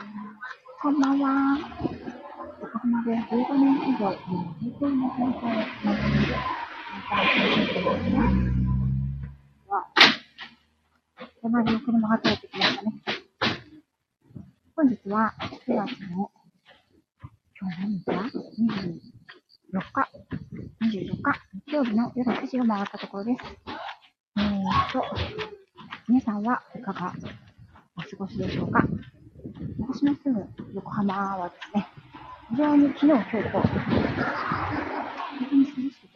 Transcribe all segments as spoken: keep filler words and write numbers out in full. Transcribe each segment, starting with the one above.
こんばんは。横浜でじゅうごねん以上、平成の先生を学んでいるインターン生ですね。は、隣の車が通ってきましたね。本日はくがつの、今日何日だ ?にじゅうよっか、にじゅうよっか、日曜日の夜くじを回ったところです。えーと、皆さんはいかがお過ごしでしょうか。私の住む横浜はですね、非常に昨日、今日と、本当に涼しくて、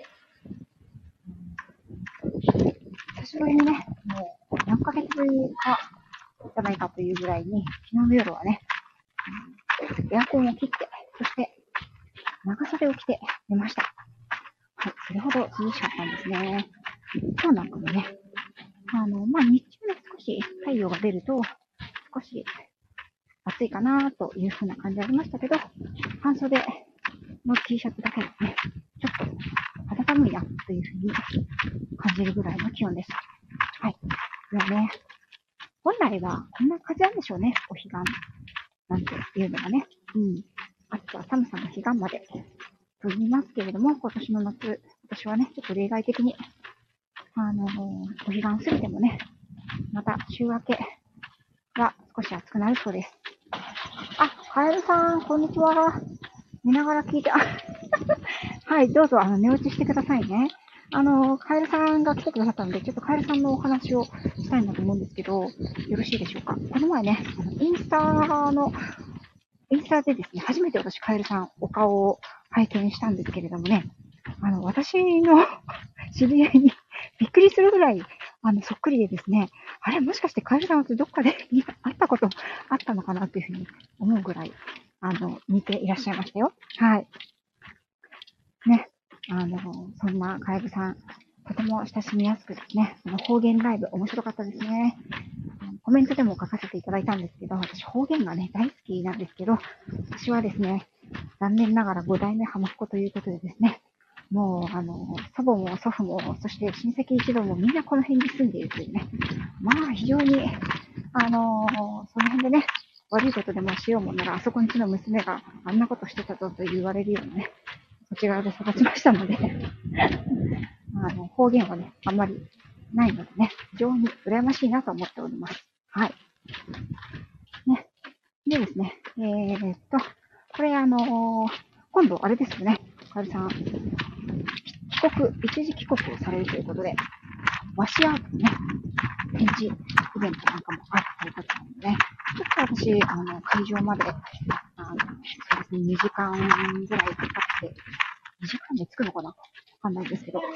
久しぶりにね、もう何ヶ月ぶりかじゃないかというぐらいに、昨日の夜はね、エアコンを切って、そして長袖を着て寝ました。はい、それほど涼しかったんですね。今日なんかもね、あの、まあ、日中ね、少し太陽が出ると、少し暑いかなというふうな感じありましたけど、半袖の T シャツだけですね、ちょっと肌寒いなというふうに感じるぐらいの気温です。はい。ではね、本来はこんな感じなんでしょうね、お彼岸なんていうのがね。うん。暑さ寒さの彼岸までと言いますけれども、今年の夏、私はね、ちょっと例外的に、あのー、お彼岸過ぎてもね、また週明けが少し暑くなるそうです。あ、カエルさん、こんにちは。見ながら聞いて、あはい、どうぞ、あの、寝落ちしてくださいね。あの、カエルさんが来てくださったので、ちょっとカエルさんのお話をしたいなと思うんですけど、よろしいでしょうか。この前ね、あのインスタの、インスタでですね、初めて私、カエルさん、お顔を拝見したんですけれどもね、あの、私の知り合いにびっくりするぐらい、あの、そっくりでですね、あれ、もしかしてカエルさんとどっかで会ったことあったのかなというふうに思うぐらい、あの、似ていらっしゃいましたよ。はい。ね、あの、そんなカエルさん、とても親しみやすくですね、その方言ライブ面白かったですね。コメントでも書かせていただいたんですけど、私方言がね、大好きなんですけど、私はですね、残念ながらご代目浜子ということでですね、もう、あの、祖母も祖父も、そして親戚一同もみんなこの辺に住んでいるというね、まあ非常に、あの、その辺でね、悪いことでもしようもんなら、あそこに住む娘があんなことしてたぞと言われるようなね、そちらで育ちましたので、あの、方言はね、あんまりないのでね、非常に羨ましいなと思っております。はい。ね。でですね、えー、っと、これあのー今度あれですよね、かおりさん、帰国、一時帰国をされるということで、和紙アートのね、展示イベントなんかもあるということなのでね、ちょっと私、あの、会場まで、あの、そうですね、にじかんぐらいかかって、にじかんで着くのかなわかんないですけど。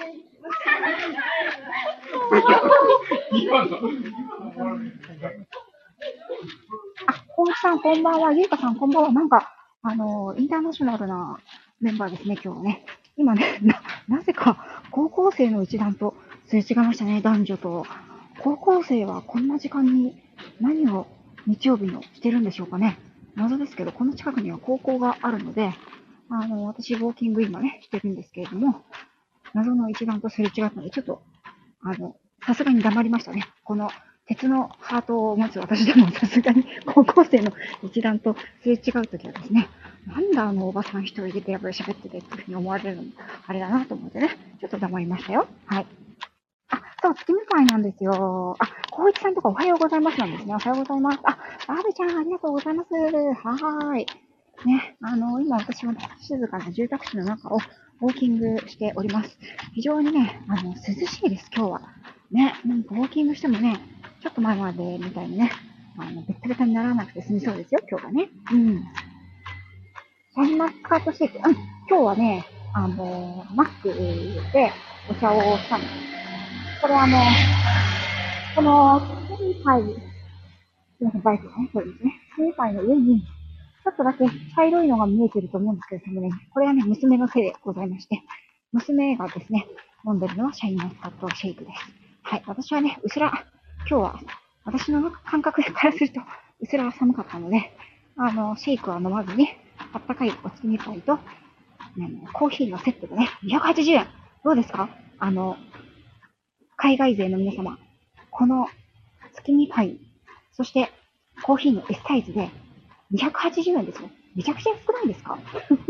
あ、こうちさんこんばんは。ゆうかさんこんばんは。なんか、あの、インターナショナルなメンバーですね、今日はね。今ね、な、なぜか高校生の一団とすれ違いましたね、男女と。高校生はこんな時間に何を日曜日のしてるんでしょうかね。謎ですけど、この近くには高校があるので、あの、私、ウォーキング今ね、してるんですけれども、謎の一団とすれ違ったので、ちょっと、あの、さすがに黙りましたね。この鉄のハートを持つ私でもさすがに高校生の一団とすれ違うときはですね、なんだあのおばさん一人でベラベラ喋っててっていうふうに思われるのもあれだなと思ってね、ちょっと黙りましたよ。はい。あ、そう、月見会なんですよ。あ、光一さんとかおはようございますなんですね。おはようございます。あ、バーベちゃんありがとうございます。はーい。ね、あの、今私は静かな住宅地の中をウォーキングしております。非常にね、あの、涼しいです、今日は。ね、なんかウォーキングしてもね、ちょっと前までみたいにね、あの、ベッタベタにならなくて済みそうですよ、今日はね。うん。サンマスカートシェイク。うん、今日はね、あの、マックでお茶をしたんです。これあの、このスリーパイ、すみません、バイクね、そうですね。スリーパイの上に、ちょっとだけ茶色いのが見えてると思うんですけどもね、これはね、娘のせいでございまして、娘がですね、飲んでるのはシャインマスカットシェイクです。はい、私はね、うすら、今日は、私の感覚からすると、うすら寒かったので、あの、シェイクは飲まずに、あったかいお月見パイと、ね、コーヒーのセットでね、にひゃくはちじゅうえん。どうですかあの、海外勢の皆様。この月見パイ、そしてコーヒーの S サイズでにひゃくはちじゅうえんですよ。めちゃくちゃ安くないですか？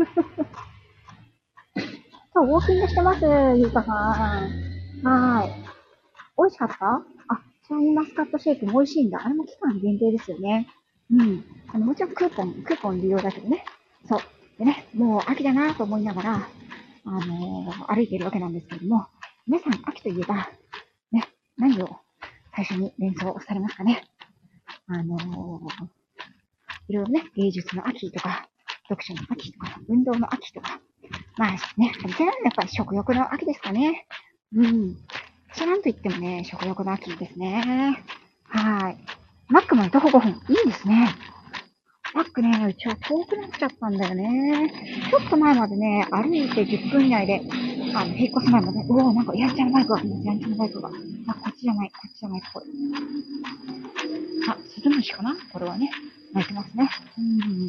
そう、ウォーキングしてます、ゆうかさん。はーい。美味しかった？あ、シャインマスカットシェイクも美味しいんだ。あれも期間限定ですよね。うん。あの、もちろんクーポン、クーポン利用だけどね。そう。でね、もう秋だなと思いながら、あのー、歩いているわけなんですけれども、皆さん秋といえば、ね、何を最初に連想されますかね。あのー、いろいろね、芸術の秋とか、読書の秋とか、運動の秋とか、まあね、やっぱり食欲の秋ですかね。うん。そなんと言ってもね、食欲の秋ですね。はい。マックまで徒歩ごふん。いいですね。マックね、うちは遠くなっちゃったんだよね。ちょっと前までね、歩いてじゅっぷん以内で、あの、引っ越す前まで、うおー、なんかやんちゃなバイクが、やんちゃなバイクが。あ、こっちじゃない、こっちじゃない、ここ。あ、スズムシかなこれはね。鳴いてますね。うん。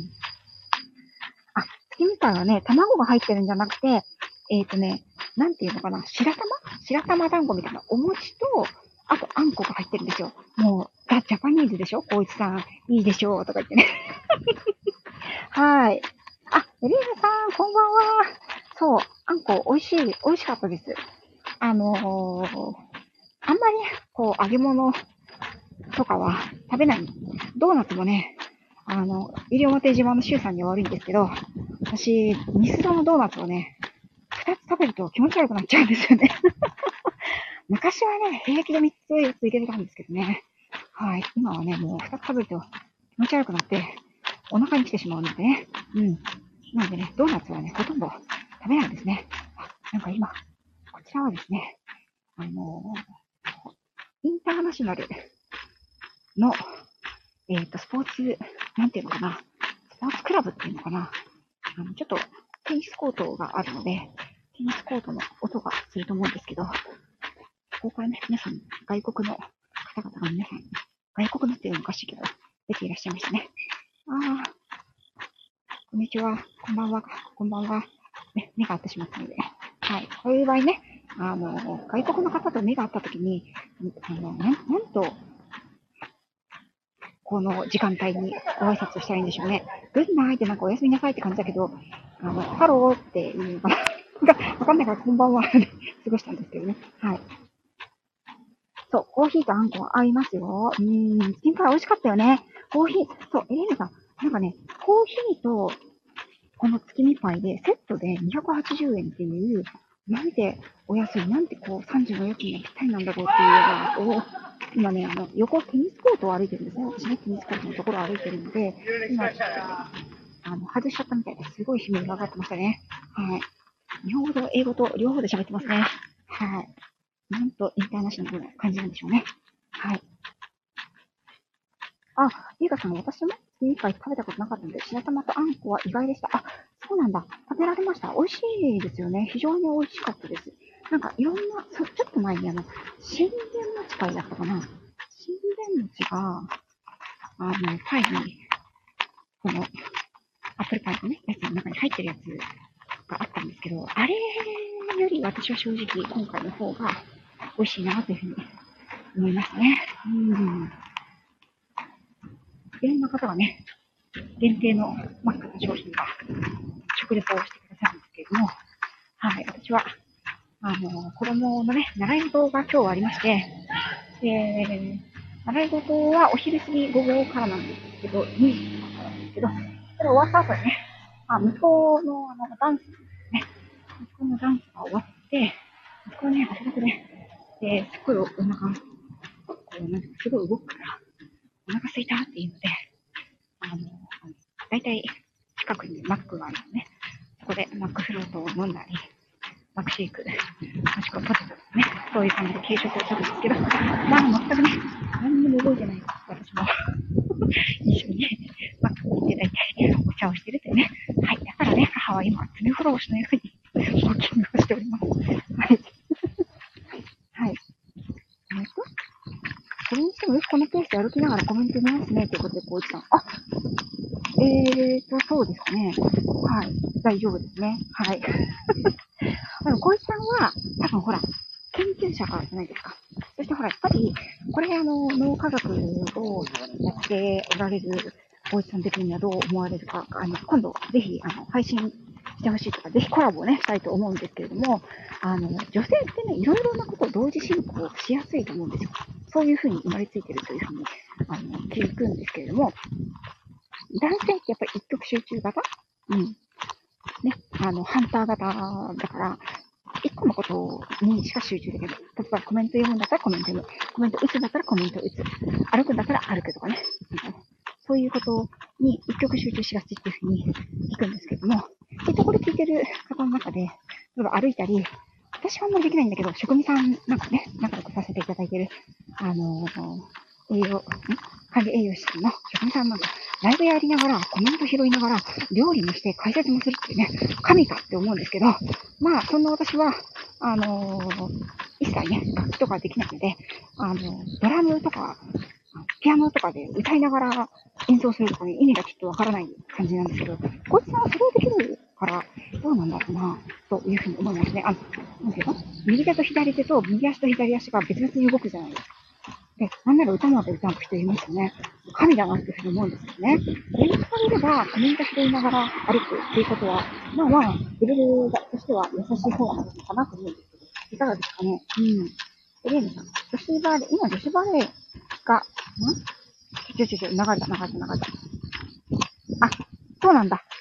あ、月みたいはね、卵が入ってるんじゃなくて、えっ、ー、とね、なんていうのかな、白玉白玉団子みたいなお餅と、あとあんこが入ってるんですよ。もう、ザ・ジャパニーズでしょ光一さん。いいでしょうとか言ってね。はい。あ、エリーナさん、こんばんは。そう、あんこ美味しい、美味しかったです。あのー、あんまり、こう、揚げ物とかは食べない。ドーナツもね、あの、西表島の周さんには悪いんですけど、私、ミスドのドーナツをね、二つ食べると気持ち悪くなっちゃうんですよね。昔はね、平気で三つ四ついけれたんですけどね。はい。今はね、もう二つ食べると気持ち悪くなって、お腹に来てしまうのでね。うん。なのでね、ドーナツはね、ほとんど食べないんですね。あ、なんか今、こちらはですね、あのー、インターナショナルの、えっ、ー、と、スポーツ、なんていうのかな、スポーツクラブっていうのかな、あの、ちょっとテニスコートがあるので、テニスコートの音がすると思うんですけど、ここからね、皆さん、外国の方々が皆さん、外国のっていうのもおかしいけど、出ていらっしゃいましたね。ああ、こんにちは、こんばんは、こんばんは。ね、目が合ってしまったので。はい。こういう場合ね、あの、外国の方と目が合ったときに、あの、なん、なんと、この時間帯にご挨拶をしたらいいんでしょうね。グッナイってなんかおやすみなさいって感じだけど、あの、ハローっていうのかな。がわかんないからこんばんは過ごしたんですけどね。はい。そう、コーヒーとあんこは合いますよ。うーん、チキンパイ美味しかったよね。コーヒー、そう、エレーナさん、なんかね、コーヒーとこの月見パイでセットでにひゃくはちじゅうえんっていう、なんてお安い、なんてこうさんじゅうの料金がぴったりなんだろうっていうのを、今ね、あの、横テニスコートを歩いてるんですね。私ね、テニスコートのところを歩いてるので、今、あの、外しちゃったみたいです。すごい悲鳴が上がってましたね。はい。日本語と英語と両方で喋ってますね。はい。なんとインターナショナルな感じなんでしょうね。はい。あ、ゆうかさん、私も月見パイ食べたことなかったので、白玉とあんこは意外でした。あ、そうなんだ。食べられました。美味しいですよね。非常に美味しかったです。なんかいろんな、そちょっと前にあの、新田餅パイだったかな。新田餅が、あの、パイに、この、アップルパイのね、やつの中に入ってるやつがあったんですけど、あれより私は正直今回の方が美味しいなというふうに思いますね。うん。いろんな方がね、限定のマックの商品が食レポをしてくださるんですけれども、はい、私は、あの、子供のね、習い事が今日ありまして、で、習い事はお昼過ぎ午後からなんですけど、にじからなんですけど、それ終わった後にね、あ、向こうのあのダンスね、息子のダンスが終わって、息子はね、汗だくで、で、すっごいお腹、こう、なんかすごい動くから、お腹空いたっていうので、あの、だいたい近くにマックがあるのね、そこでマックフルートを飲んだり、マックシェイク、もしくはポテトですね、そういう感じで軽食をするんですけど、まあ全くね、何にも動いてない私も一緒にね、マックに行ってだいたいお茶をしてるというね、はい、だからね、母は今、爪フローしのようにウォーキングをしております。はい。はい。えっと、それにしてもよくこのペースで歩きながらコメント見ますね、ということで、こういった。あ、えーと、そうですね。はい。大丈夫ですね。はい。でも、小石さんは、多分ほら、研究者じゃないですか。そしてほら、やっぱり、これあの、脳科学をやっておられる大内さん的にはどう思われるか、あの、今度、ぜひ、あの、配信してほしいとか、ぜひコラボをね、したいと思うんですけれども、あの、女性ってね、いろいろなことを同時進行しやすいと思うんですよ。そういうふうに生まれついてるというふうに、あの、聞くんですけれども、男性ってやっぱり一極集中型うん。ね、あの、ハンター型だから、一個のことにしか集中できない。例えばコメント読むんだったらコメント読む。コメント打つんだったらコメント打つ。歩くんだったら歩くとかね。そういうことに一極集中しがちっていうふうに聞くんですけども、きっとこれ聞いてる方の中で、例えば歩いたり、私はあんまりできないんだけど、職人さんなんかね、仲良くさせていただいてる、あのー、栄養、ん管理栄養士さんの職人さんなんか、ライブやりながら、コメント拾いながら、料理もして解説もするっていうね、神かって思うんですけど、まあ、そんな私は、あのー、一切ね、楽器とかできないので、あのー、ドラムとか、ピアノとかで歌いながら演奏するとかに意味がちょっとわからない感じなんですけど、こいつはそれをできるから、どうなんだろうな、というふうに思いますね。あの、なんていうの右手と左手と右足と左足が別々に動くじゃないですか。で、なんなら歌まで歌う人いますよね。神だなっていうふうに思うんですよね。練習されれば、コメント拾いながら歩くっていうことは、まあまあ、レベルとしては優しい方なのかなと思うんですけど、いかがですかね。うん。エレーヌさん、女子バレー、今女子バレーが、んちょちょちょ、流れた、流れた、流れた。あ、そうなんだ。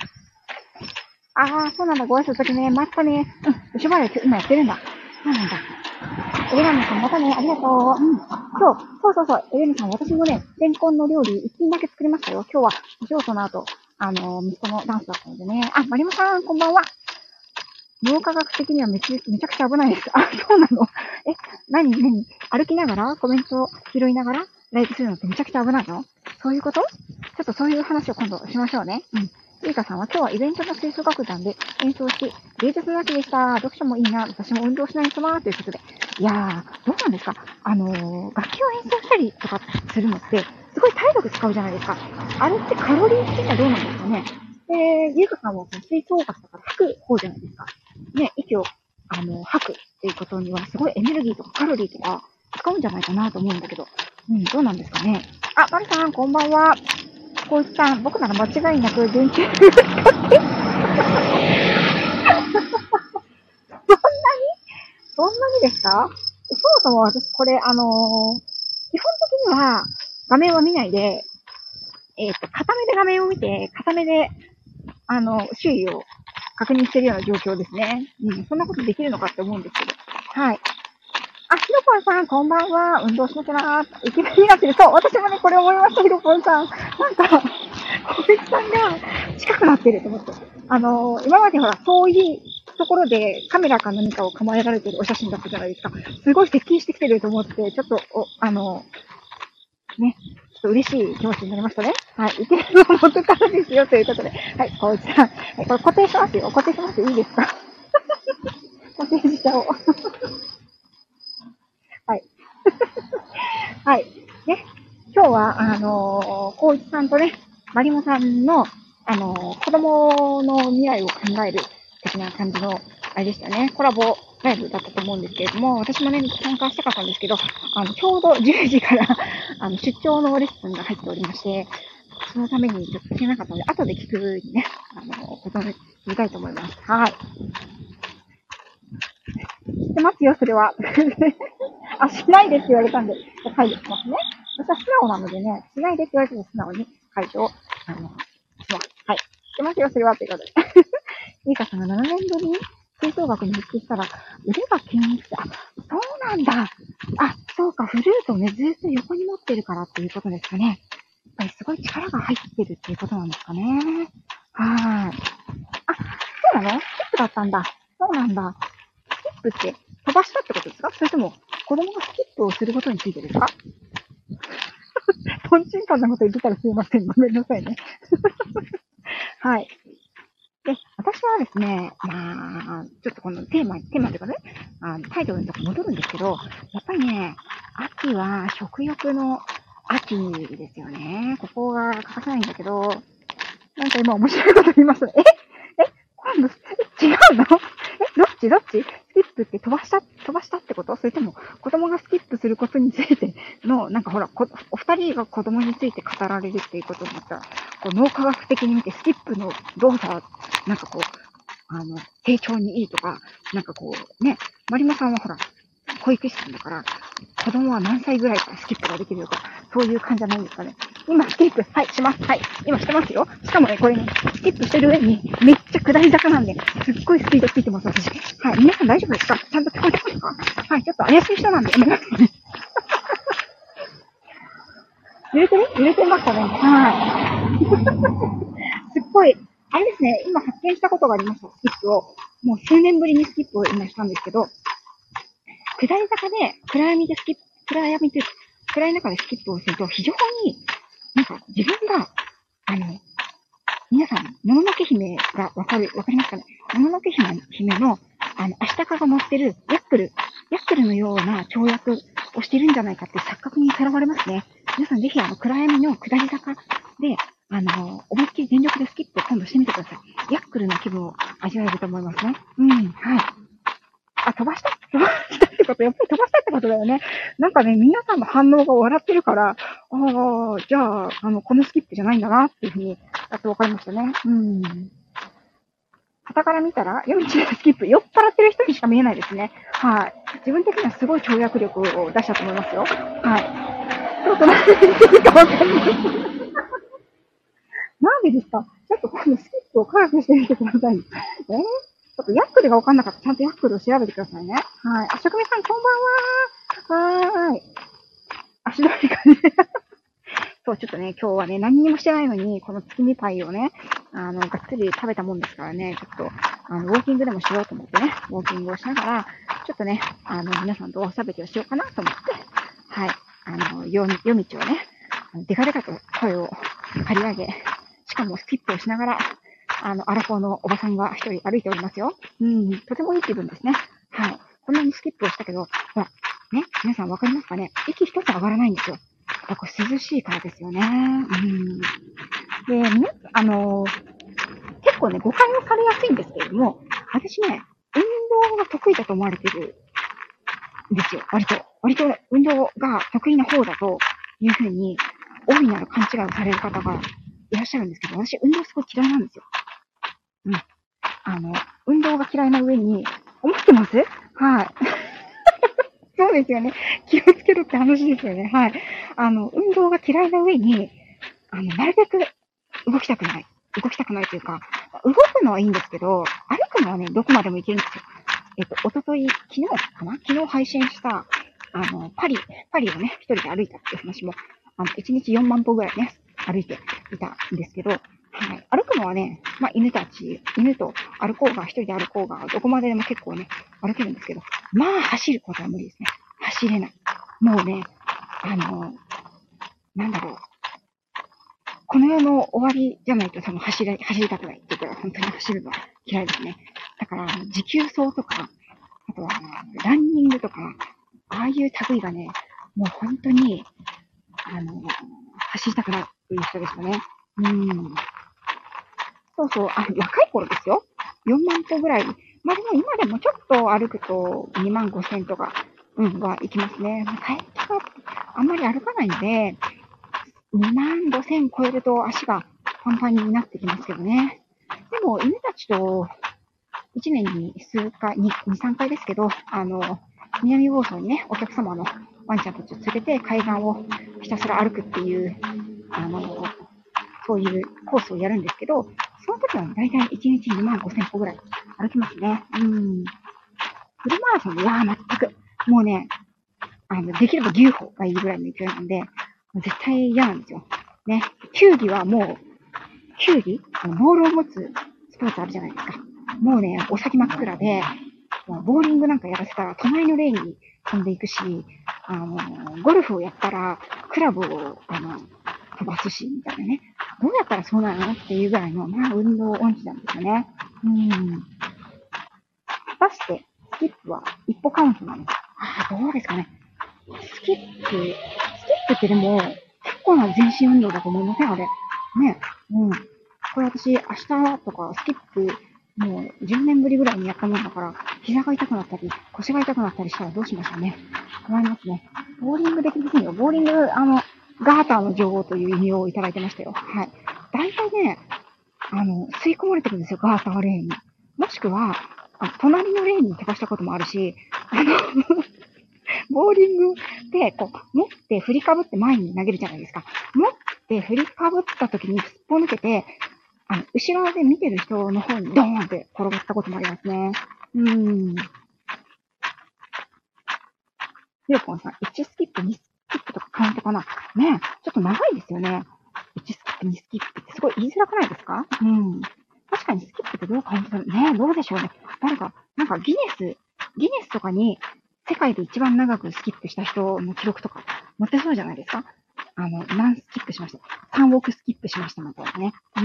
ああ、そうなんだ。ご挨拶だけね。またね。うん。女子バレー今やってるんだ。そうなんだ。エレナムさん、またね。ありがとう。うん。そう、そうそうそう。エレナさん、私もね、レンコンの料理一品だけ作りましたよ。今日は、お仕事の後、あのー、息子のダンスだったのでね。あ、マリモさん、こんばんは。脳科学的にはめちめちゃくちゃ危ないです。あ、そうなのえ、なになに歩きながらコメントを拾いながらライブするのってめちゃくちゃ危ないのそういうことちょっとそういう話を今度しましょうね。うん。ゆいかさんは今日はイベントの吹奏楽団で演奏し、芸術の秋でした。読書もいいな。私も運動しないとな。ということで。いやー、どうなんですかあのー、楽器を演奏したりとかするのって、すごい体力使うじゃないですか。あれってカロリー的にはどうなんですかねで、ゆいかさんは吹奏楽とか吹く方じゃないですか。ね、息を、あの、吐くっていうことには、すごいエネルギーとかカロリーとか使うんじゃないかなと思うんだけど、うん、どうなんですかね。あ、マリさん、こんばんは。こいつさん、僕なら間違いなく電球使って。そんなにそんなにですかそもそも私、これ、あのー、基本的には画面は見ないで、えっと、片目で画面を見て、片目で、あの、周囲を確認してるような状況ですね。うん、そんなことできるのかって思うんですけど。はい。あ、ひろぽんさん、こんばんは。運動しなきゃなー。イケメンになってる。そう、私もね、これ思いました、ひろぽんさん。なんか、小関さんが近くなってると思って。あのー、今までほら、そういうところでカメラか何かを構えられてるお写真だったじゃないですか。すごい接近してきてると思って、ちょっと、お、あのー、ね、ちょっと嬉しい気持ちになりましたね。はい。イケメンの元からですよ、ということで。はい、こうちゃん。はい、これ固定しますよ。固定しますよ。いいですか固定しちゃおう。はい。はい。ね。今日は、あのー、こういちさんとね、まりもさんの、あのー、子供の未来を考える的な感じの、あれでしたね。コラボライブだったと思うんですけれども、私もね、参加したかったんですけど、あの、ちょうどじゅうじからあの、出張のレッスンが入っておりまして、そのためにちょっと聞けなかったので、後で聞くにね、あの、ことに言いたいと思います。はい。してますよ、それは。あ、しないですって言われたんで、解除しますね。私は素直なのでね、しないですって言われたら素直に解除を、あの、します。はい。してますよ、それは、ということで。ゆいかさんがななねんぶりに吹奏楽に復帰したら、腕が筋肉痛。あ、そうなんだ。あ、そうか、フルートをね、ずっと横に持ってるからっていうことですかね。やっぱりすごい力が入ってるっていうことなんですかね。はい。あ、そうなのスキップだったんだ。そうなんだ。スキップって飛ばしたってことですかそれとも子供がスキップをすることについてですかとんちんかんなこと言ってたらすいません。ごめんなさいね。はい。で、私はですね、まあ、ちょっとこのテーマ、テーマというかね、あのタイトルのとこ戻るんですけど、やっぱりね、秋は食欲の秋ですよね。ここが欠かせないんだけど、なんか今面白いこと言いましたね。ええ今度、違うのえどっどっちどっちスキップって飛ばした、飛ばしたってことそれとも子供がスキップすることについての、なんかほら、こお二人が子供について語られるっていうことになったら、こう脳科学的に見てスキップの動作は、なんかこう、あの、成長にいいとか、なんかこう、ね、マリモさんはほら、保育士さんだから、子供は何歳ぐらいからスキップができるのか、そういう感じじゃないんですかね。今、スキップ、はい、します。はい、今してますよ。しかもね、これね、スキップしてる上に、めっちゃ下り坂なんで、すっごいスピードついてます、私。はい、皆さん大丈夫ですか？ちゃんと聞こえてますか？はい、ちょっと怪しい人なんで、お願いします。揺れてる揺れてましたね。はい。すっごい、あれですね、今発見したことがありました、スキップを。もう数年ぶりにスキップを今したんですけど、下り坂で、暗闇でスキップ、暗闇で、暗い中でスキップをすると、非常に、なんか自分が、あの、皆さん、もののけ姫がわかる、わかりますかね？もののけ姫姫の、あの、アシタカが乗ってるヤックル、ヤックルのような跳躍をしてるんじゃないかって錯覚にさらわれますね。皆さんぜひ、あの、暗闇の下り坂で、あの、思いっきり全力でスキップを今度してみてください。ヤックルの気分を味わえると思いますね。うん、はい。あ、飛ばした飛ばしたってこと、やっぱり飛ばしたってことだよね。なんかね、皆さんの反応が笑ってるから、ああ、じゃあ、あの、このスキップじゃないんだなっていうふうに、やっとわかりましたね。うん。傍から見たら、夜道のスキップ、酔っ払ってる人にしか見えないですね。はい。自分的にはすごい跳躍力を出したと思いますよ。はい。ちょっとなんで言っていいかわかんない。なんでですか？ちょっと今度スキップを科学してみてください。えーちょっとヤックルがわかんなかったら、ちゃんとヤックルを調べてくださいね。はい。あ、職人さん、こんばんは。はーい。足取り感じ。そう、ちょっとね、今日はね、何にもしてないのに、この月見パイをね、あの、がっつり食べたもんですからね、ちょっと、あの、ウォーキングでもしようと思ってね、ウォーキングをしながら、ちょっとね、あの、皆さんとおしゃべりをしようかなと思って、はい。あの、夜道をね、デカデカと声を張り上げ、しかもスキップをしながら、あの、アラフォーのおばさんが一人歩いておりますよ。うん、とてもいい気分ですね。はい。こんなにスキップをしたけど、ほら、ね、皆さんわかりますかね？息一つ上がらないんですよ。やっぱ涼しいからですよね。うん。で、ね、あのー、結構ね、誤解をされやすいんですけれども、私ね、運動が得意だと思われてるんですよ。割と。割と運動が得意な方だというふうに、大いなる勘違いをされる方がいらっしゃるんですけど、私運動すごい嫌いなんですよ。うん。あの、運動が嫌いな上に、思ってます？はい。そうですよね。気をつけろって話ですよね。はい。あの、運動が嫌いな上に、あの、なるべく動きたくない。動きたくないというか、動くのはいいんですけど、歩くのはね、どこまでもいけるんですよ。えっと、おととい、昨日かな昨日配信した、あの、パリ、パリをね、一人で歩いたっていう話も、あの、いちにちよんまん歩ぐらいね、歩いていたんですけど、はい。歩くのはね、まあ、犬たち、犬と歩こうが、一人で歩こうが、どこまででも結構ね、歩けるんですけど、まあ、走ることは無理ですね。走れない。もうね、あの、なんだろう。この世の終わりじゃないと多分走り、走りたくないっていうか、本当に走るのは嫌いですね。だから、持久走とか、あとは、ランニングとか、ああいう類がね、もう本当に、あの、走りたくないっていう人でしたね。うん。そうそう、あ、若い頃ですよ。よんまん歩ぐらい。まあでも今でもちょっと歩くとにまんごせんとか、うん、は行きますね。最近はあんまり歩かないんで、にまんごせん超えると足がパンパンになってきますけどね。でも、犬たちといちねんに数回、に、さんかいですけど、あの、南房総にね、お客様のワンちゃんたちを連れて海岸をひたすら歩くっていう、あの、そういうコースをやるんですけど、その時はだいたいいちにちにまんごせん歩ぐらい歩きますね。うん。フルマラソンいやー、全く。もうね、あの、できれば牛歩がいいぐらいの勢いなんで、絶対嫌なんですよ。ね。球技はもう、球技あのボールを持つスポーツあるじゃないですか。もうね、お先真っ暗で、ボーリングなんかやらせたら隣のレーンに飛んでいくし、あの、ゴルフをやったらクラブを、あの、飛ばすし、みたいなね。どうやったらそうなのっていうぐらいの、まあ、運動音痴なんですよね。うん。果たして、スキップは一歩カウントなのか。ああ、どうですかね。スキップ、スキップってでも、結構な全身運動だと思いませんあれ。ね。うん。これ私、明日とかスキップ、もうじゅうねんぶりぐらいにやったもんだから、膝が痛くなったり、腰が痛くなったりしたらどうしましょうね。困りますね。 ボーリングできませんよ。ボーリング、あの、ガーターの女王という意味をいただいてましたよ。はい。大体ね、あの、吸い込まれてるんですよ、ガーターレーンに。もしくは、あ隣のレーンに飛ばしたこともあるし、あの、ボーリングで、こう、持って振りかぶって前に投げるじゃないですか。持って振りかぶった時にすっぽ抜けて、あの、後ろで見てる人の方にドーンって転がったこともありますね。うーん。ひろぽんさん、いちスキップ、にスキップとかカウントかなねえ、ちょっと長いですよね。いちスキップ、にスキップってすごい言いづらくないですか？うん。確かにスキップってどうカウントするねえ、どうでしょうね。誰か、なんかギネス、ギネスとかに世界で一番長くスキップした人の記録とか載ってそうじゃないですか？あの、何スキップしました？ さん 億スキップしましたみたいなね。うん。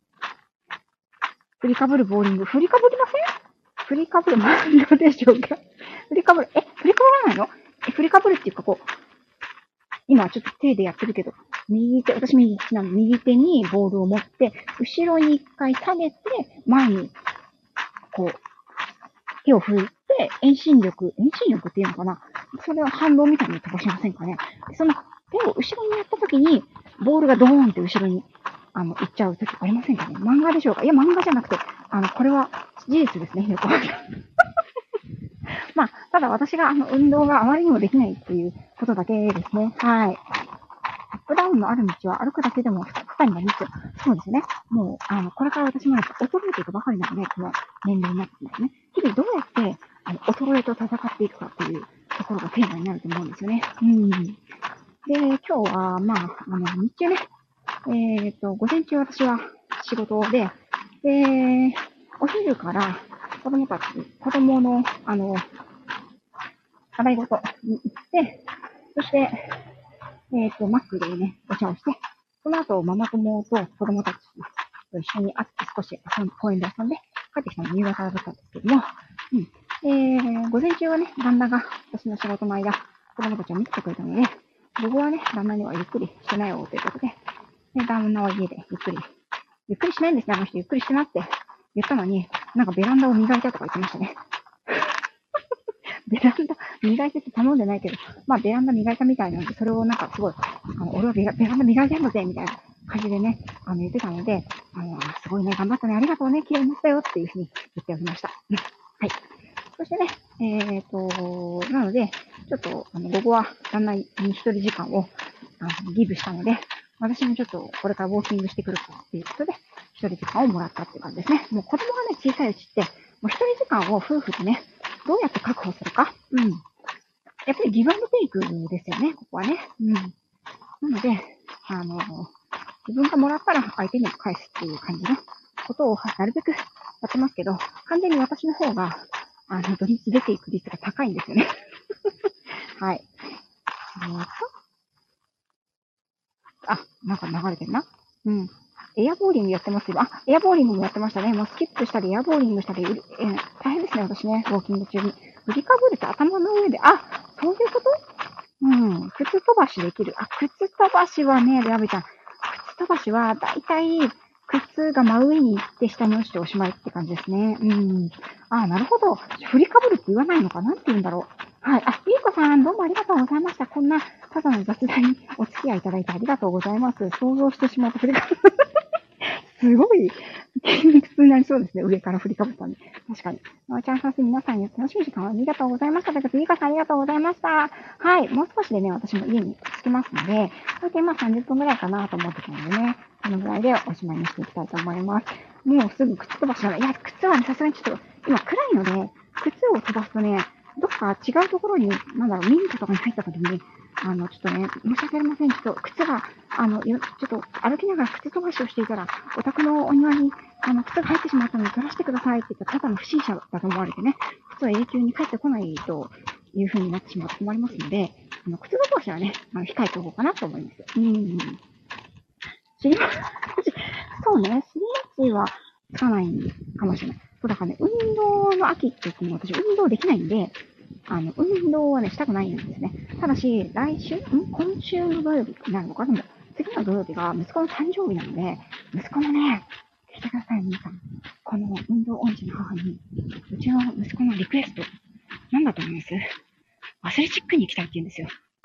振りかぶるボーリング。振りかぶりません？振りかぶるマンドでしょうか？振りかぶる。え、振りかぶらないの？え、振りかぶるっていうかこう、今ちょっと手でやってるけど、右手、私右利きなの。右手にボールを持って、後ろに一回下げて、前に、こう、手を振って、遠心力、遠心力っていうのかな？それは反動みたいに飛ばしませんかね？その手を後ろにやった時に、ボールがドーンって後ろに、あの、行っちゃう時ありませんかね？漫画でしょうか？いや、漫画じゃなくて、あの、これは事実ですね、よくわかる。まあ、ただ私があの運動があまりにもできないっていうことだけですね。はい。アップダウンのある道は歩くだけでも負荷になりますよ。そうですね。もう、あの、これから私も衰えていくばかりなので、この年齢になってきますね。日々どうやって、あの、衰えと戦っていくかっていうところがテーマになると思うんですよね。うん。で、今日は、まあ、あの、日中ね、えっと、午前中私は仕事で、で、お昼から子供たち、子供の、あの、習い事に行って、そして、えっと、マックでね、お茶をして、その後、ママ友と子供たちと一緒に会って少し遊ん公園で遊んで、帰ってきたの夕方だったんですけども、うん。えー、午前中はね、旦那が私の仕事の間、子供たちを見ててくれたので、午後はね、旦那にはゆっくりしてないよということで、で、旦那は家でゆっくり、ゆっくりしないんですね、あの人、ゆっくりしてなって言ったのに、なんかベランダを磨いたとか言ってましたね。ベランダ磨いてて頼んでないけど、まあベランダ磨いたみたいなんで、それをなんかすごい、あの、俺はベラベランダ磨いてんのぜ、みたいな感じでね、あの、言ってたので、あの、すごいね、頑張ったね、ありがとうね、綺麗になったよっていうふうに言っておりました。はい。そしてね、えっ、と、なので、ちょっと、あの、午後は旦那に一人時間を、あの、ギブしたので、私もちょっとこれからウォーキングしてくるかっていうことで、一人時間をもらったっていう感じですね。もう子供がね、小さいうちって、もう一人時間を夫婦でね、どうやって確保するか。うん。やっぱりギブアンドテイクですよね、ここはね。うん。なので、あの、自分がもらったら相手に返すっていう感じのことをなるべくやってますけど、完全に私の方が、あの、土日出ていく率が高いんですよね。はい。えーと、あ、なんか流れてるな。うん。エアボーリングやってますけど、あ、エアボーリングもやってましたね。もうスキップしたり、エアボーリングしたり、えー、大変ですね、私ね、ウォーキング中に。振りかぶると頭の上で、あ、そういうことうん。靴飛ばしできる。あ、靴飛ばしはね、レアビちゃん。靴飛ばしは、だいたい、靴が真上に行って下に落ちておしまいって感じですね。うん。あ、なるほど。振りかぶるって言わないのかなって言うんだろう。はい。あ、ゆうこさん、どうもありがとうございました。こんな、ただの雑談にお付き合いいただいてありがとうございます。想像してしまうと振りかぶる。すごい、筋肉痛になりそうですね。上から振りかぶったんで。確かに。まあ、チャンスス皆さんに楽しい時間をありがとうございました。ということで、ゆかさんありがとうございました。はい。もう少しでね、私も家に着きますので、大体まあさんじゅっぷんぐらいかなと思ってたのでね、このぐらいでおしまいにしていきたいと思います。もうすぐ靴飛ばしがない。いや、靴はね、さすがにちょっと、今暗いので、靴を飛ばすとね、どっか違うところに、なんだろう、民家とかに入った時に、あの、ちょっとね、申し訳ありません。ちょっと靴が、あの、ちょっと歩きながら靴飛ばしをしていたら、お宅のお庭に、あの、靴が入ってしまったので取らせてくださいって言ったら、ただの不審者だと思われてね、靴は永久に帰ってこないという風になってしまうと困りますので、あの、靴飛ばしはね、あの、控えておこうかなと思います。うん。尻餅、そうね、尻餅はつかないかもしれない。そうだからね、運動の秋って言っても私運動できないんで、あの、運動はね、したくないんですね。ただし、来週、ん今週の土曜日になるのかな。次の土曜日が息子の誕生日なので、息子のね、聞いてください、皆さん。この運動音痴の母に、うちの息子のリクエスト、なんだと思います？アスレチックに行きたいって言うんですよ。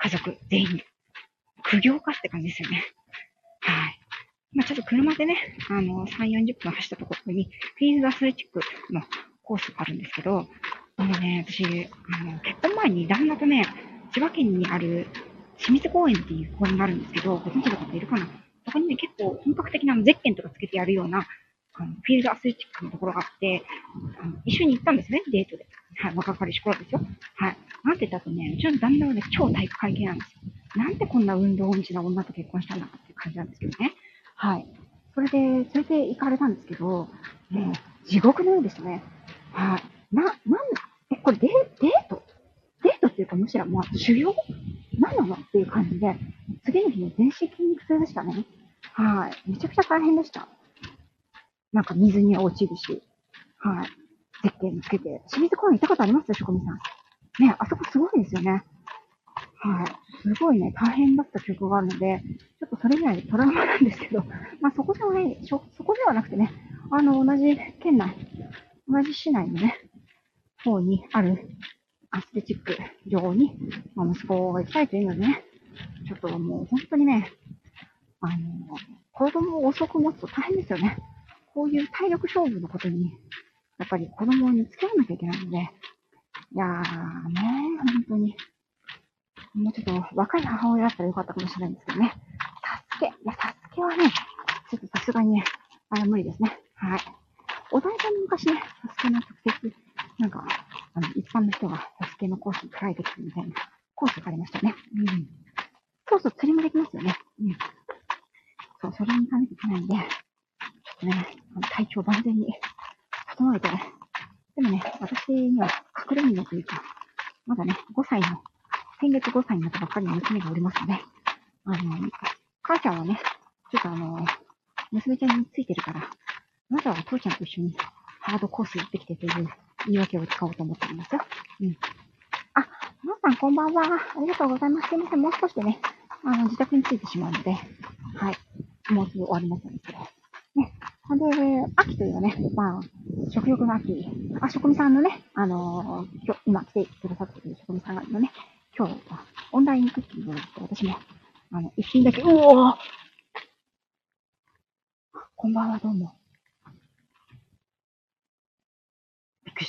家族全員、苦行かって感じですよね。はい。まあちょっと車でね、あの、さん、よんじゅっぷん走ったところに、フィールドアスレチックのコースがあるんですけど、あのね、私、あの、結婚前に旦那とね、千葉県にある清水公園っていう公園があるんですけど、ご存知の方いるかな。そこにね、結構本格的なゼッケンとかつけてやるような、あの、フィールドアスレチックのところがあって、あの一緒に行ったんですね、デートで。はい、若かりし頃ですよ。はい。なんて言ったとね、うちの旦那はね、超体育会系なんですよ。なんでこんな運動音痴な女と結婚したんだかっていう感じなんですけどね。はい。それで、連れて行かれたんですけど、もう、地獄のようでしたね。はい。な、なん、え、これデ、デートデートっていうかむしろ、まあ、修行何なのっていう感じで、次の日ね、全身筋肉痛でしたね。はい。めちゃくちゃ大変でした。なんか水に落ちるし、はい。ゼッケンつけて。清水公園行ったことありますしこみさん。ね、あそこすごいですよね。はい。すごいね、大変だった記憶があるので、ちょっとそれ以来トラウマなんですけど、まあそこじゃない、そこではなくてね、あの、同じ県内、同じ市内のね、方にあるアスレチック場に、まあ、息子が行きたいというのでね、ちょっともう本当にね、あの、子供を遅く持つと大変ですよね。こういう体力勝負のことに、やっぱり子供に付き合わなきゃいけないので、いやーね、本当に、もうちょっと若い母親だったらよかったかもしれないんですけどね。サスケ、いや、サスケはね、ちょっとさすがにね、あれ無理ですね。はい。お題さんも昔ね、サスケの直接、なんか、あの、一般の人がサスケのコースにトライできるみたいなコースがありましたね。うん。そうそう、釣りもできますよね。うん。そう、それに行かなきゃいけないんで、ちょっとね、あの体調万全に整えて、でもね、私には隠れ身のというか、まだね、ごさいの、先月ごさいになったばっかりの娘がおりますので、あの、母ちゃんはね、ちょっとあの、娘ちゃんについてるから、まずは父ちゃんと一緒にハードコース行ってきてという言い訳を使おうと思っておりますよ。うん。あ、皆さんこんばんは。ありがとうございます。すいません。もう少しでね、あの、自宅に着いてしまうので、はい。もうすぐ終わりますんですけど。ね。で、秋というのはね、まあ、食欲の秋。あ、職味さんのね、あのー、今日、今来てくださっている職味さんのね、今日はオンラインクッキングをして、私も、あの、一品だけ、うおーこんばんは、どうも。びっくりした。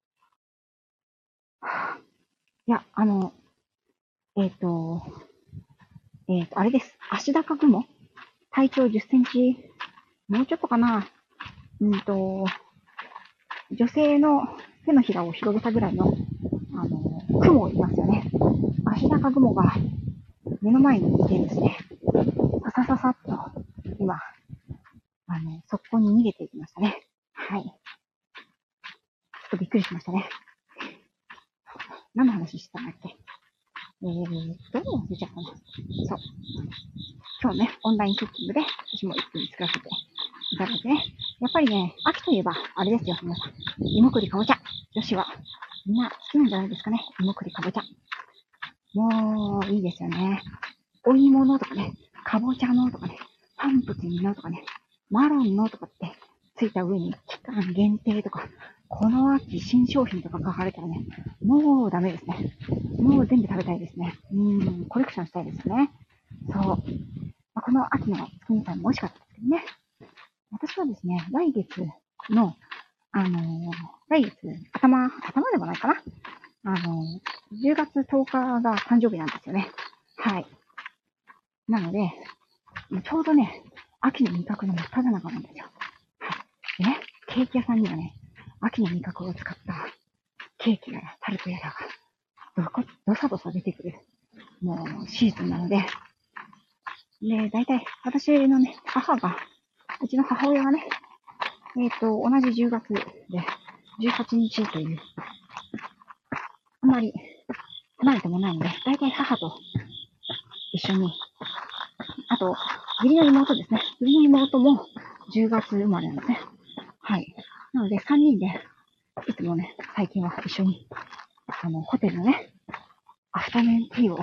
いや、あの、えっ、ー、と、えっ、ー、と、あれです。足高雲体長じゅっセンチ、もうちょっとかな。うんと、女性の手のひらを広げたぐらいの、あの、雲いますよね。足高雲が目の前にいてですね、ささささっと、今、あの、そこに逃げていきましたね。はい。ちょっとびっくりしましたね。何の話してたんだっけえーと、忘れちゃったな。そう。今日ね、オンラインクッキングで、私も一品作らせていただいてね。やっぱりね、秋といえば、あれですよ、皆さん。芋栗かぼちゃ。女子は、みんな好きなんじゃないですかね。芋栗かぼちゃ。もう、いいですよね。お芋のとかね、かぼちゃのとかね、パンプキンのとかね、マロンのとかってついた上に期間限定とか、この秋新商品とか書かれたらね、もうダメですね。もう全部食べたいですね。うん、コレクションしたいですね。そう。まあ、この秋の月見さんも美味しかったですけどね。私はですね、来月の、あのー来月、頭、頭でもないかな。あのーじゅうがつとおかが誕生日なんですよね。はい。なので、ちょうどね、秋の味覚の真っ只中なんですよ。はい。でね、ケーキ屋さんにはね、秋の味覚を使ったケーキやらタルトやらが、どこ、どさどさ出てくる、もうシーズンなので、で、大体、私のね、母が、うちの母親がね、えっ、ー、と、同じじゅうがつで、じゅうはちにちという、あんまり離れてもないので、大体母と一緒に、あと、義理の妹ですね。義理の妹もじゅうがつ生まれなんですね。はい。なので、さんにんで、いつもね、最近は一緒に、あの、ホテルのね、アフタヌーンティーを、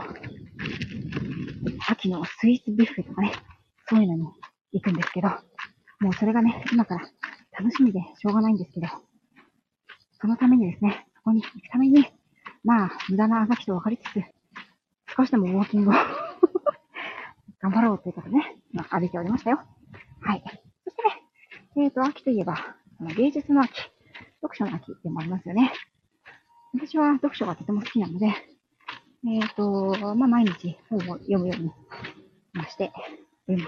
秋のスイーツビュッフェとかね、そういうのに行くんですけど、もうそれがね、今から楽しみでしょうがないんですけど、そのためにですね、そこに行くために、まあ、無駄なあがきと分かりつつ、 少しでもウォーキングを頑張ろうということでね、まあ、歩いておりましたよ。はい。そしてね、えっ、ー、と、秋といえば、芸術の秋、読書の秋でもありますよね。私は読書がとても好きなので、えっ、ー、と、まあ、毎日本を読むようにしております。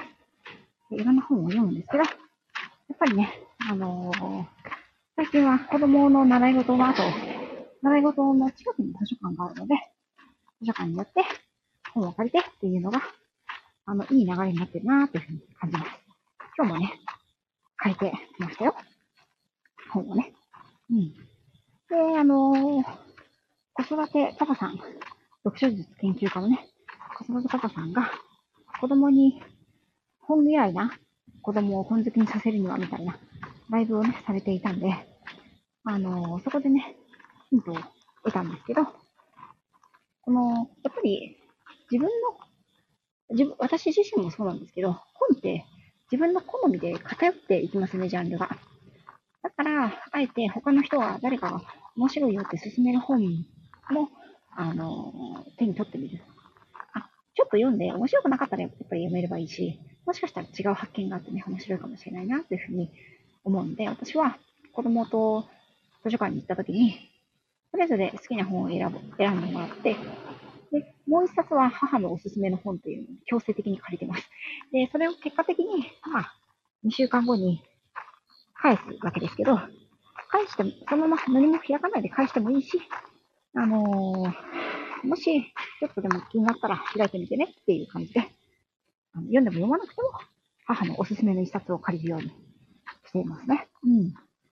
いろんな本を読むんですけど、やっぱりね、あのー、最近は子供の習い事の後、習い事の近くに図書館があるので、図書館によって本を借りてっていうのが、あの、いい流れになってるなというふうに感じます。今日もね、借りてきましたよ。本をね。うん。で、あのー、子育てパパさん、読書術研究家のね、子育てパパさんが、子供に本嫌いな子供を本好きにさせるにはみたいなライブをね、されていたんで、あのー、そこでね、ヒントを得たんですけど、この、やっぱり自分の、自分、私自身もそうなんですけど、本って自分の好みで偏っていきますね、ジャンルが。だから、あえて他の人が誰かが面白いよって勧める本も、あのー、手に取ってみる。あ、ちょっと読んで面白くなかったらやっぱり読めればいいし、もしかしたら違う発見があってね、面白いかもしれないなというふうに思うんで、私は子供と図書館に行った時に、それぞれ好きな本を選ぶ、選んでもらって、で、もう一冊は母のおすすめの本というのを強制的に借りてます。で、それを結果的に、まあ、にしゅうかんごに返すわけですけど、返しても、そのまま何も開かないで返してもいいし、あのー、もし、ちょっとでも気になったら開いてみてねっていう感じで、あの読んでも読まなくても、母のおすすめの一冊を借りるようにしていますね。うん。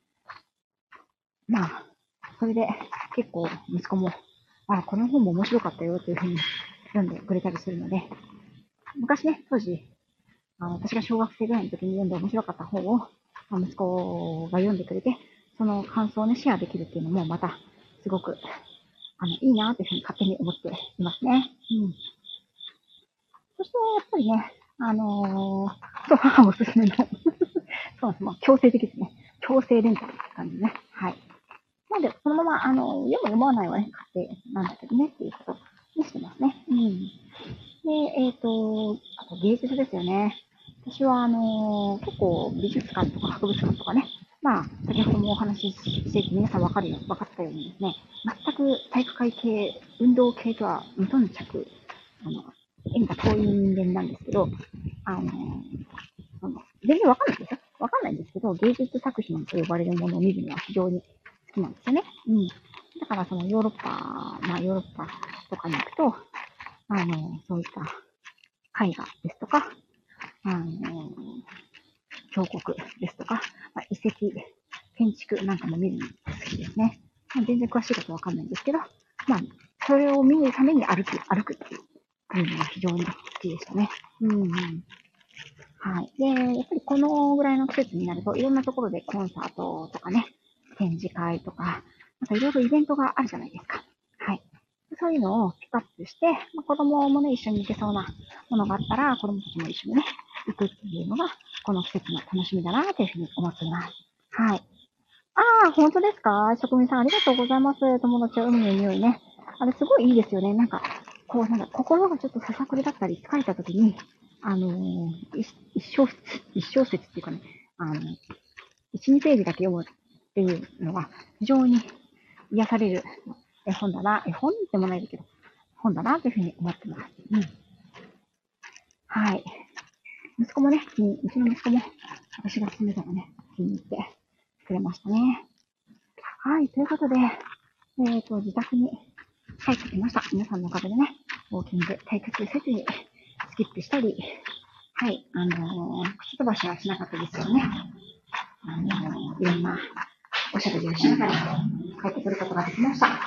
まあ、それで結構息子も、あ、この本も面白かったよというふうに読んでくれたりするので、昔ね、当時、あの私が小学生ぐらいの時に読んで面白かった本を、まあ、息子が読んでくれて、その感想をね、シェアできるっていうのもまた、すごく、あの、いいなというふうに勝手に思っていますね。うん。そして、やっぱりね、あのー、そう、母おすすめのそうです。まあ、強制的ですね。強制連載って感じね。はい。なので、そのまま、あの、読む読まないはね、勝手なんだけどね、っていうことにしてますね。うん。で、えっ、ー、と、あと芸術ですよね。私は、あのー、結構美術館とか博物館とかね、まあ、先ほどもお話ししていて皆さん分かるよ、分かったようにですね、全く体育会系、運動系とは無頓着、あの、縁が遠い人間なんですけど、あのー、その全然分かんないですよ。分かんないんですけど、芸術作品と呼ばれるものを見るのは非常に好きなんですよね。うん。だから、そのヨーロッパ、まあ、ヨーロッパとかに行くと、あの、そういった絵画ですとか、あの、彫刻ですとか、まあ、遺跡、建築なんかも見るの好きですね。まあ、全然詳しいことわかんないんですけど、まあ、それを見るために歩く、歩くっていうのが非常に好きでしたね。うんうん。はい。で、やっぱりこのぐらいの季節になると、いろんなところでコンサートとかね、展示会とか、なんかいろいろイベントがあるじゃないですか。はい。そういうのをピックアップして、まあ、子供もね、一緒に行けそうなものがあったら、子供たちも一緒にね、行くっていうのが、この季節の楽しみだなというふうに思っています。はい。ああ、本当ですか？職人さんありがとうございます。友達は海の匂いね。あれすごいいいですよね。なんか、こう、なんだ、心がちょっとささくれだったり、疲れた時に、あのー、一小節、一小節っていうかね、あの、一、二ページだけ読むっていうのが、非常に癒される絵本だな、絵本でもないですけど、本だなというふうに思ってます。うん。はい。息子もね、うちの息子も、私が勧めたらね、気に入ってくれましたね。はい、ということで、えっ、と、自宅に帰ってきました。皆さんのおかげでね、ウォーキング退屈せずに、スキップしたり、はい、あのー、靴飛ばしはしなかったですよね。あのー、いろんなおしゃべりをしながら帰ってくることができました。ね、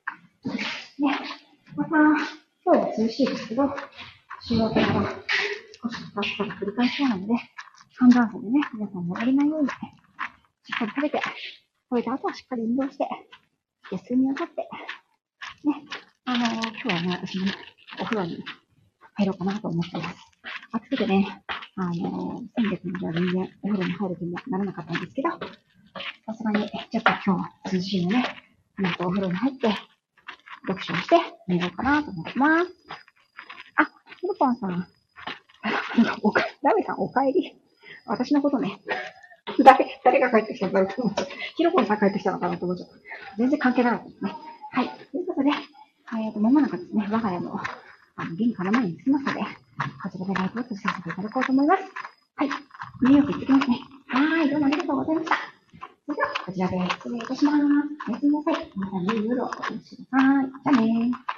また、今日は涼しいですけど、週明けから少し暑さが繰り返しそうなので、寒暖差でね、皆さんもやれないように、しっかり食べて、食べた後はしっかり運動して、で、睡眠をとって、ね、あのー、今日はね、私もお風呂に入ろうかなと思っています。暑くてね、あのー、先月までは全然お風呂に入る気にならなかったんですけど、さすがにちょっと今日涼しいので、なんかお風呂に入って、読書をして寝ようかなと思ってます。 パンさん。おか、ラメさんお帰り。私のことね。誰、誰が帰ってきたんだろうと思っちゃった。ヒロコさん帰ってきたのかなと思っちゃった。全然関係なかったですね。はい。ということで、えっと、まもなくですね、我が家の、あの、玄関の前に着きますので、こちらでライブを閉じさせていただこうと思います。はい。ニューヨーク行ってきますね。はーい。どうもありがとうございました。それでは、こちらで失礼いたします。おやすみなさい。またね、夜をお過ごしください。じゃあねー。